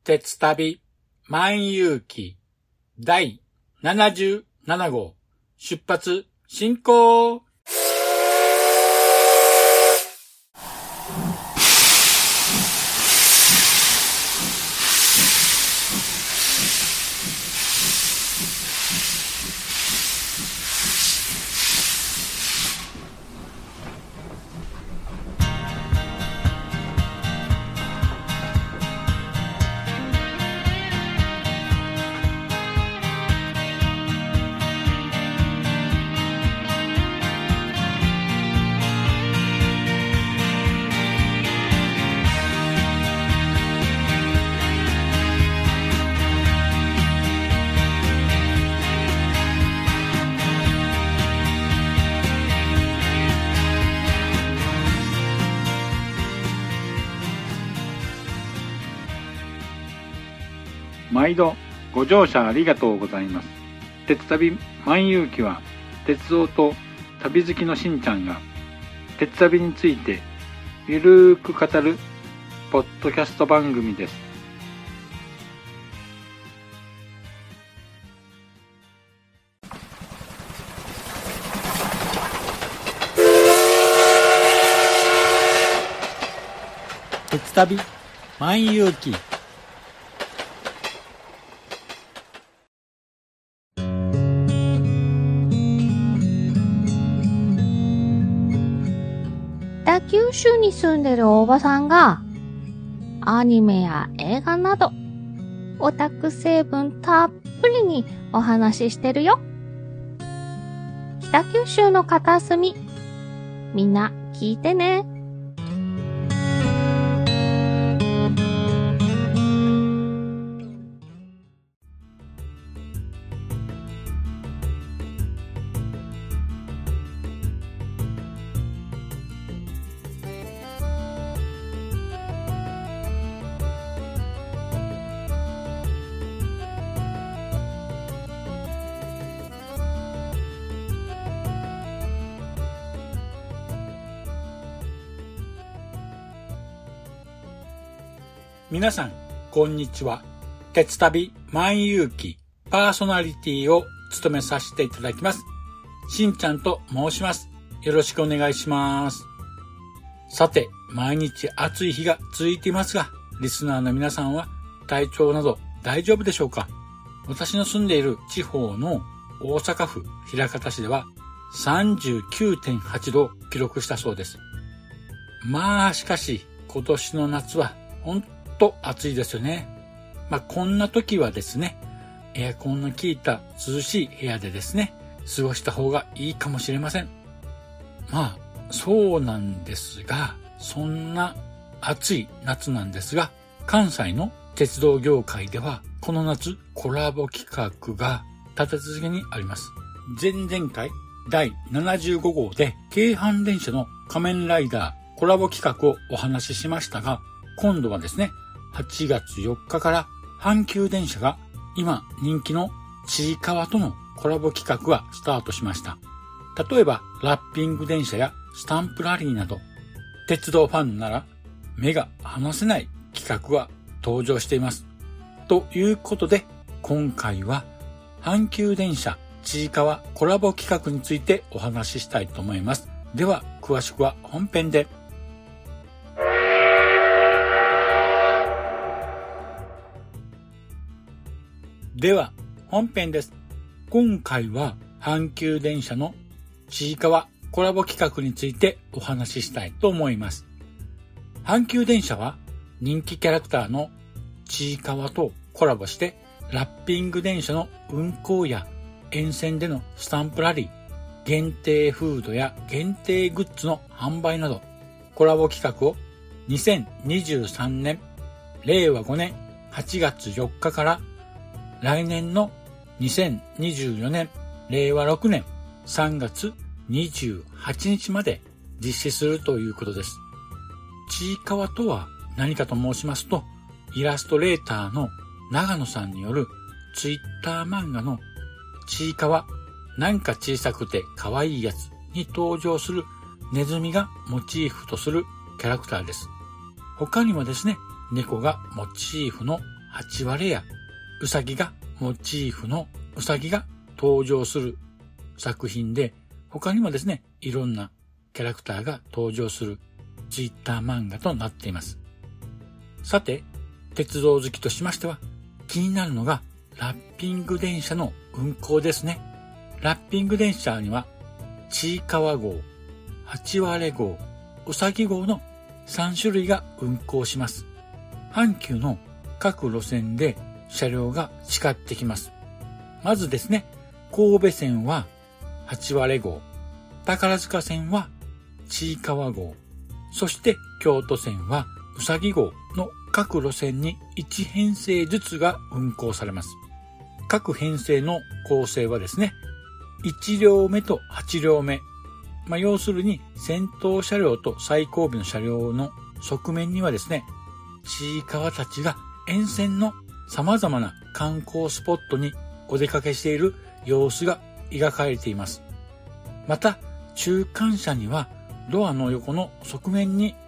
鉄旅万有記第77号出発進行。 毎度ご乗車ありがとうございます。鉄旅万有記は鉄道と旅好きのしんちゃんが鉄旅についてゆるーく語るポッドキャスト番組です。 鉄旅万有記北九州に住んでるおばさんがアニメや映画などオタク成分たっぷりにお話ししてるよ。北九州の片隅、みんな聞いてね。 皆さんこんにちは。鉄旅万有記パーソナリティを務めさせていただきますしんちゃんと申します。よろしくお願いします。さて、毎日暑い日が続いていますが、リスナーの皆さんは体調など大丈夫でしょうか？私の住んでいる地方の大阪府枚方市では 39.8 度を記録したそうです。まあしかし今年の夏は本当暑いですよね。こんな時はですね、エアコンの効いた涼しい部屋でですね、過ごした方がいいかもしれません。そうなんですが、そんな暑い夏なんですが、関西の鉄道業界ではこの夏コラボ企画が立て続けにあります。前々回第75号で京阪電車の仮面ライダーコラボ企画をお話ししましたが、今度はですね、8月4日から阪急電車が今人気のちいかわとのコラボ企画がスタートしました。例えばラッピング電車やスタンプラリーなど、鉄道ファンなら目が離せない企画が登場しています。ということで、今回は阪急電車ちいかわコラボ企画についてお話ししたいと思います。では詳しくは本編で。では本編です。今回は阪急電車のちいかわコラボ企画についてお話ししたいと思います。阪急電車は人気キャラクターのちいかわとコラボしてラッピング電車の運行や沿線でのスタンプラリー、限定フードや限定グッズの販売などコラボ企画を2023年令和5年8月4日から来年の2024年令和6年3月28日まで実施するということです。ちいかわとは何かと申しますと、イラストレーターの長野さんによるツイッター漫画のちいかわなんか小さくて可愛いやつに登場するネズミがモチーフとするキャラクターです。他にもですね、猫がモチーフの 8割やうさぎがモチーフのうさぎが登場する作品で、他にもですね、いろんなキャラクターが登場するツイッター漫画となっています。さて、鉄道好きとしましては気になるのがラッピング電車の運行ですね。ラッピング電車にはちいかわ号、8割号、うさぎ号の3種類が運行します。阪急の各路線で車両が違ってきます。まずですね、神戸線は8割号、宝塚線はちいかわ号、そして京都線はうさぎ号の各路線に1編成ずつが運行されます。各編成の構成はですね、1両目と8両目、要するに先頭車両と最後尾の車両の側面にはですね、ちいかわたちが沿線の様々な観光スポットにお出かけしている様子が描かれています。また、中間車にはドアの横の側面に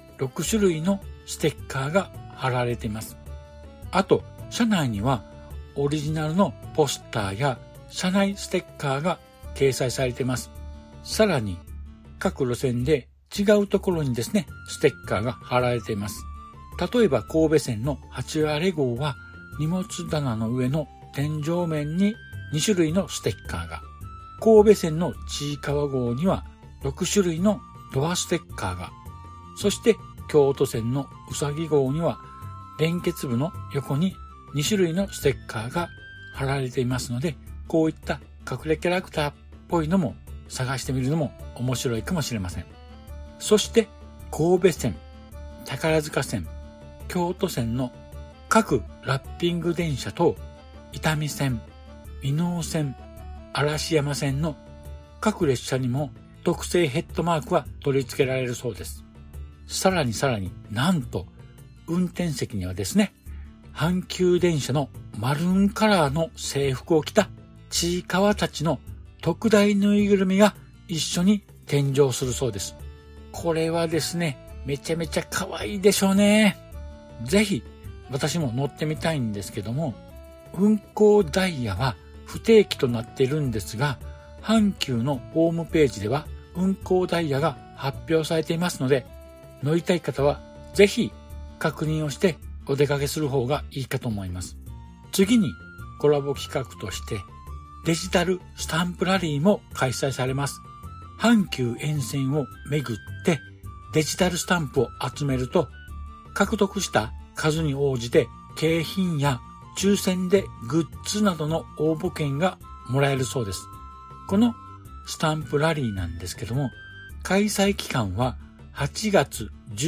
6種類のステッカーが貼られています。あと、車内にはオリジナルのポスターや車内ステッカーが掲載されています。さらに、各路線で違うところにですね、ステッカーが貼られています。例えば神戸線の8割号は荷物棚の上の天井面に2種類のステッカーが、神戸線のちいかわ号には6種類のドアステッカーが、そして京都線のうさぎ号には連結部の横に2種類のステッカーが貼られていますので、こういった隠れキャラクターっぽいのも探してみるのも面白いかもしれません。そして神戸線、宝塚線、京都線の各ラッピング電車と伊丹線、箕面線、嵐山線の各列車にも特製ヘッドマークは取り付けられるそうです。さらになんと運転席にはですね、阪急電車のマルーンカラーの制服を着たちいかわたちの特大ぬいぐるみが一緒に展示するそうです。これはですね、めちゃめちゃ可愛いでしょうね。ぜひ私も乗ってみたいんですけども、運行ダイヤは不定期となっているんですが、阪急のホームページでは運行ダイヤが発表されていますので、乗りたい方はぜひ確認をしてお出かけする方がいいかと思います。次にコラボ企画としてデジタルスタンプラリーも開催されます。阪急沿線を巡ってデジタルスタンプを集めると、獲得した数に応じて景品や抽選でグッズなどの応募券がもらえるそうです。このスタンプラリーなんですけども、開催期間は8月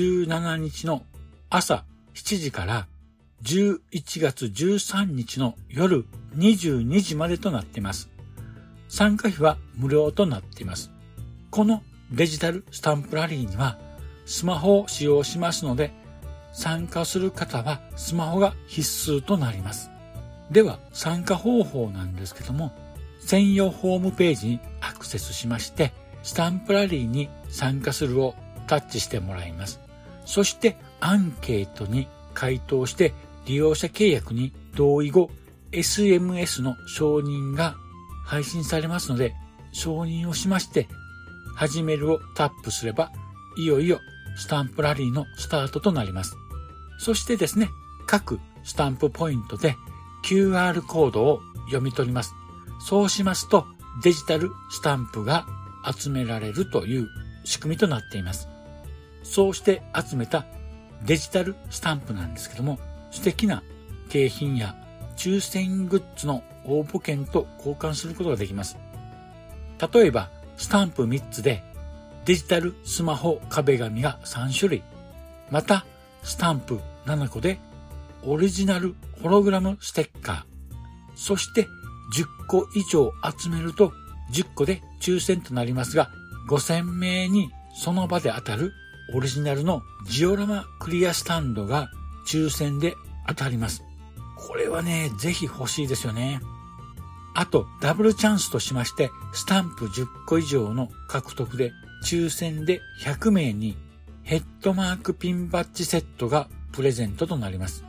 17日の朝7時から11月13日の夜22時までとなっています。参加費は無料となっています。このデジタルスタンプラリーにはスマホを使用しますので、参加する方はスマホが必須となります。では参加方法なんですけども、専用ホームページにアクセスしまして、スタンプラリーに参加するをタッチしてもらいます。そしてアンケートに回答して利用者契約に同意後、SMS の承認が配信されますので、承認をしまして始めるをタップすれば、いよいよスタンプラリーのスタートとなります。そしてですね、各スタンプポイントで QR コードを読み取ります。そうしますとデジタルスタンプが集められるという仕組みとなっています。そうして集めたデジタルスタンプなんですけども、素敵な景品や抽選グッズの応募券と交換することができます。例えばスタンプ3つでデジタルスマホ壁紙が3種類、またスタンプ7個でオリジナルホログラムステッカー、そして10個以上集めると10個で抽選となりますが、5000名にその場で当たるオリジナルのジオラマクリアスタンドが抽選で当たります。これはね、ぜひ欲しいですよね。あとダブルチャンスとしまして、スタンプ10個以上の獲得で抽選で100名にヘッドマークピンバッジセットがプレゼントとなります。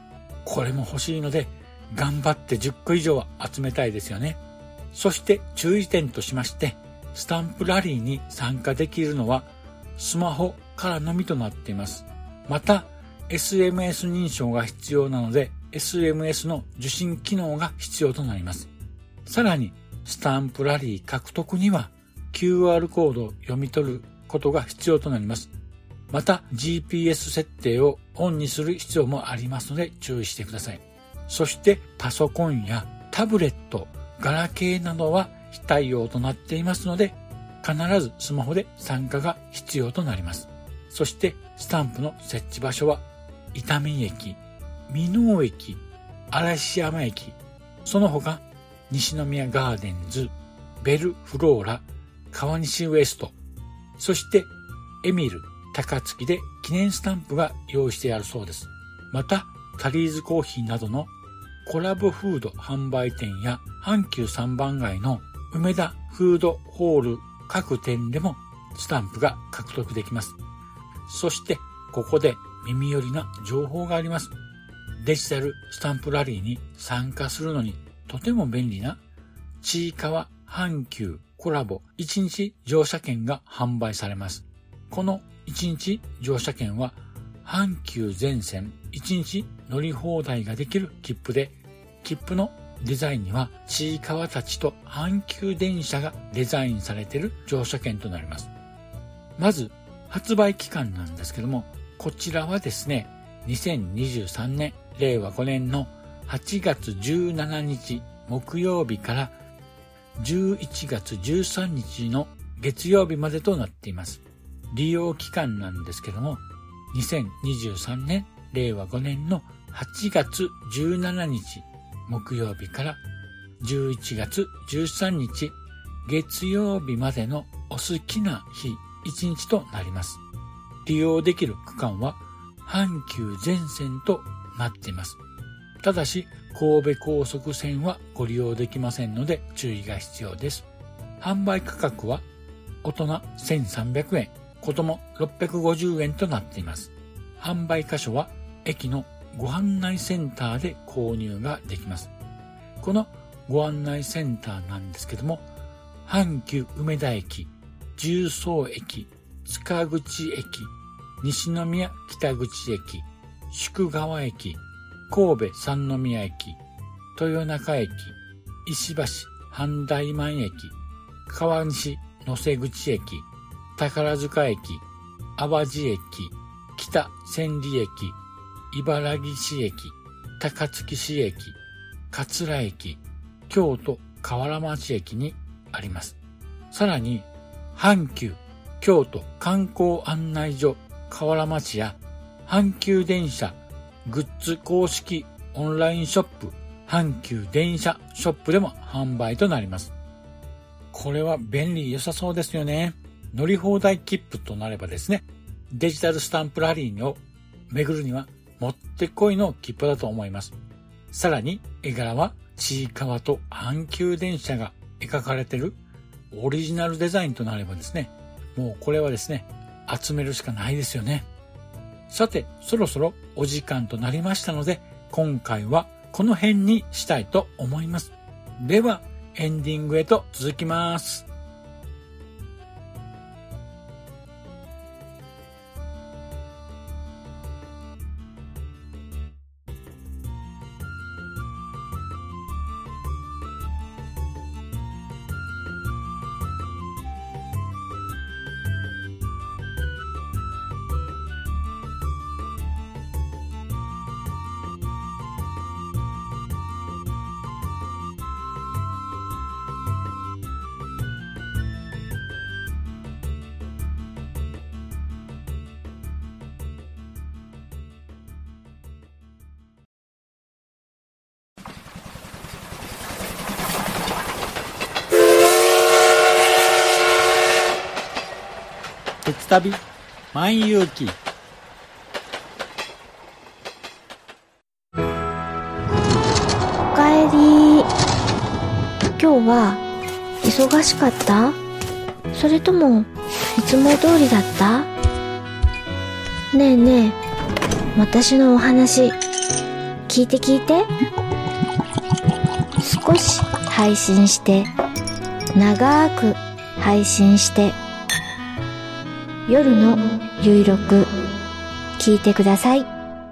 これも欲しいので頑張って10個以上は集めたいですよね。そして注意点としまして、スタンプラリーに参加できるのはスマホからのみとなっています。また SMS 認証が必要なので SMS の受信機能が必要となります。さらにスタンプラリー獲得には QR コードを読み取ることが必要となります。また GPS 設定をオンにする必要もありますので注意してください。そしてパソコンやタブレット、ガラケーなどは非対応となっていますので、必ずスマホで参加が必要となります。そしてスタンプの設置場所は伊丹駅、箕面駅、嵐山駅、その他西宮ガーデンズ、ベルフローラ、川西ウエスト、そしてエミル、高槻で記念スタンプが用意してあるそうです。またタリーズコーヒーなどのコラボフード販売店や阪急三番街の梅田フードホール各店でもスタンプが獲得できます。そしてここで耳寄りな情報があります。デジタルスタンプラリーに参加するのにとても便利なちいかわ阪急コラボ1日乗車券が販売されます。この1日乗車券は阪急全線1日乗り放題ができる切符で、切符のデザインにはちいかわたちと阪急電車がデザインされている乗車券となります。まず発売期間なんですけども、こちらはですね、2023年令和5年の8月17日木曜日から11月13日の月曜日までとなっています。利用期間なんですけども、2023年令和5年の8月17日木曜日から11月13日月曜日までのお好きな日1日となります。利用できる区間は阪急全線となっています。ただし神戸高速線はご利用できませんので注意が必要です。販売価格は大人1300円、子供650円となっています。販売箇所は駅のご案内センターで購入ができます。このご案内センターなんですけども、阪急梅田駅、十三駅、塚口駅、西宮北口駅、宿川駅、神戸三宮駅、豊中駅、石橋阪大満駅、川西野瀬口駅、宝塚駅、淡路駅、北千里駅、茨木市駅、高槻市駅、桂駅、京都河原町駅にあります。さらに阪急京都観光案内所河原町や阪急電車グッズ公式オンラインショップ阪急電車ショップでも販売となります。これは便利良さそうですよね。乗り放題切符となればですね、デジタルスタンプラリーを巡るにはもってこいの切符だと思います。さらに絵柄はちいかわと阪急電車が描かれているオリジナルデザインとなればですね、もうこれはですね、集めるしかないですよね。さて、そろそろお時間となりましたので、今回はこの辺にしたいと思います。では、エンディングへと続きます。鉄旅万有記。 おかえり。今日は忙しかった？それともいつも通りだった？ねえねえ、私のお話聞聞いて少し配信して長く配信して夜のゆいろく聞いてください。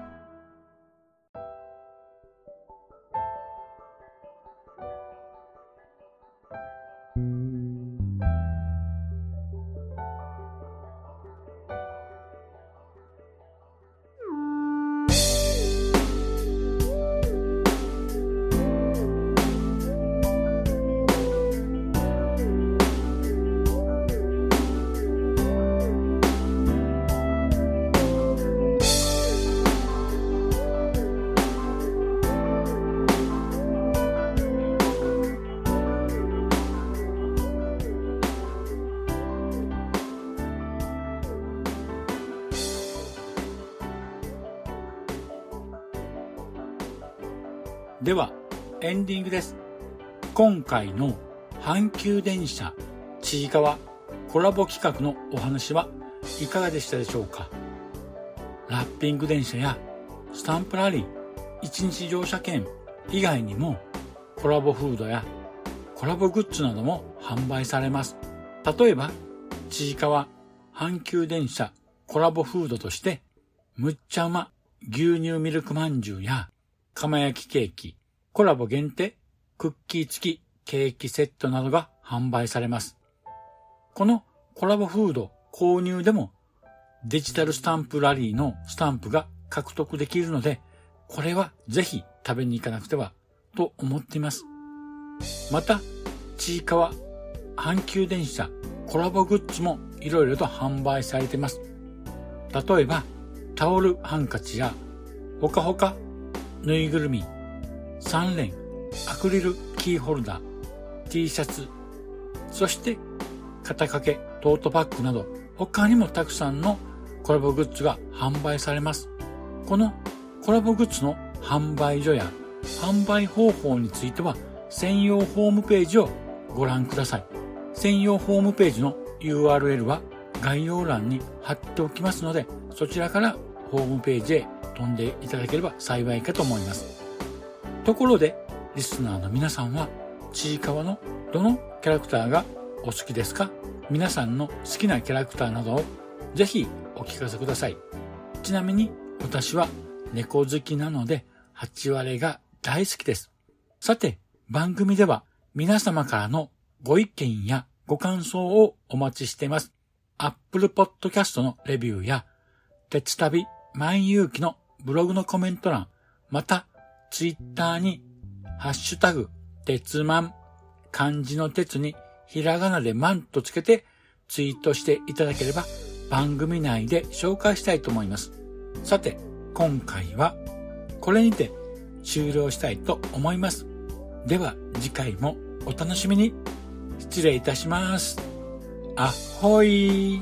ではエンディングです。今回の阪急電車ちいかわコラボ企画のお話はいかがでしたでしょうか。ラッピング電車やスタンプラリー、一日乗車券以外にもコラボフードやコラボグッズなども販売されます。例えばちいかわ阪急電車コラボフードとしてむっちゃうま牛乳ミルクまんじゅうや釜焼きケーキ、コラボ限定クッキー付きケーキセットなどが販売されます。このコラボフード購入でもデジタルスタンプラリーのスタンプが獲得できるので、これはぜひ食べに行かなくてはと思っています。また、ちいかわ阪急電車コラボグッズもいろいろと販売されています。例えば、タオルハンカチやほかほかぬいぐるみ、3連、アクリルキーホルダー、T シャツ、そして肩掛けトートバッグなど他にもたくさんのコラボグッズが販売されます。このコラボグッズの販売所や販売方法については専用ホームページをご覧ください。専用ホームページの URL は概要欄に貼っておきますので、そちらからホームページへ飛んでいただければ幸いかと思います。ところでリスナーの皆さんはちいかわのどのキャラクターがお好きですか？皆さんの好きなキャラクターなどをぜひお聞かせください。ちなみに私は猫好きなので8割が大好きです。さて、番組では皆様からのご意見やご感想をお待ちしています。Apple Podcast のレビューや鉄旅万有記のブログのコメント欄、またツイッターにハッシュタグ鉄マン、漢字の鉄にひらがなでマンとつけてツイートしていただければ番組内で紹介したいと思います。さて、今回はこれにて終了したいと思います。では次回もお楽しみに。失礼いたします。あっほい。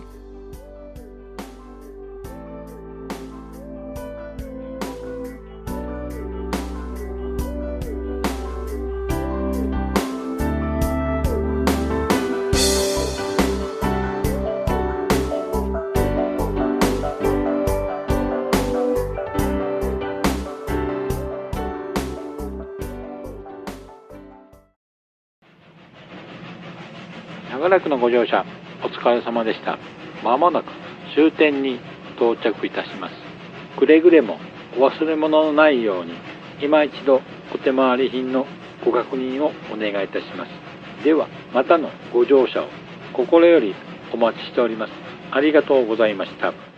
長らくのご乗車お疲れ様でした。まもなく終点に到着いたします。くれぐれもお忘れ物のないように今一度お手回り品のご確認をお願いいたします。ではまたのご乗車を心よりお待ちしております。ありがとうございました。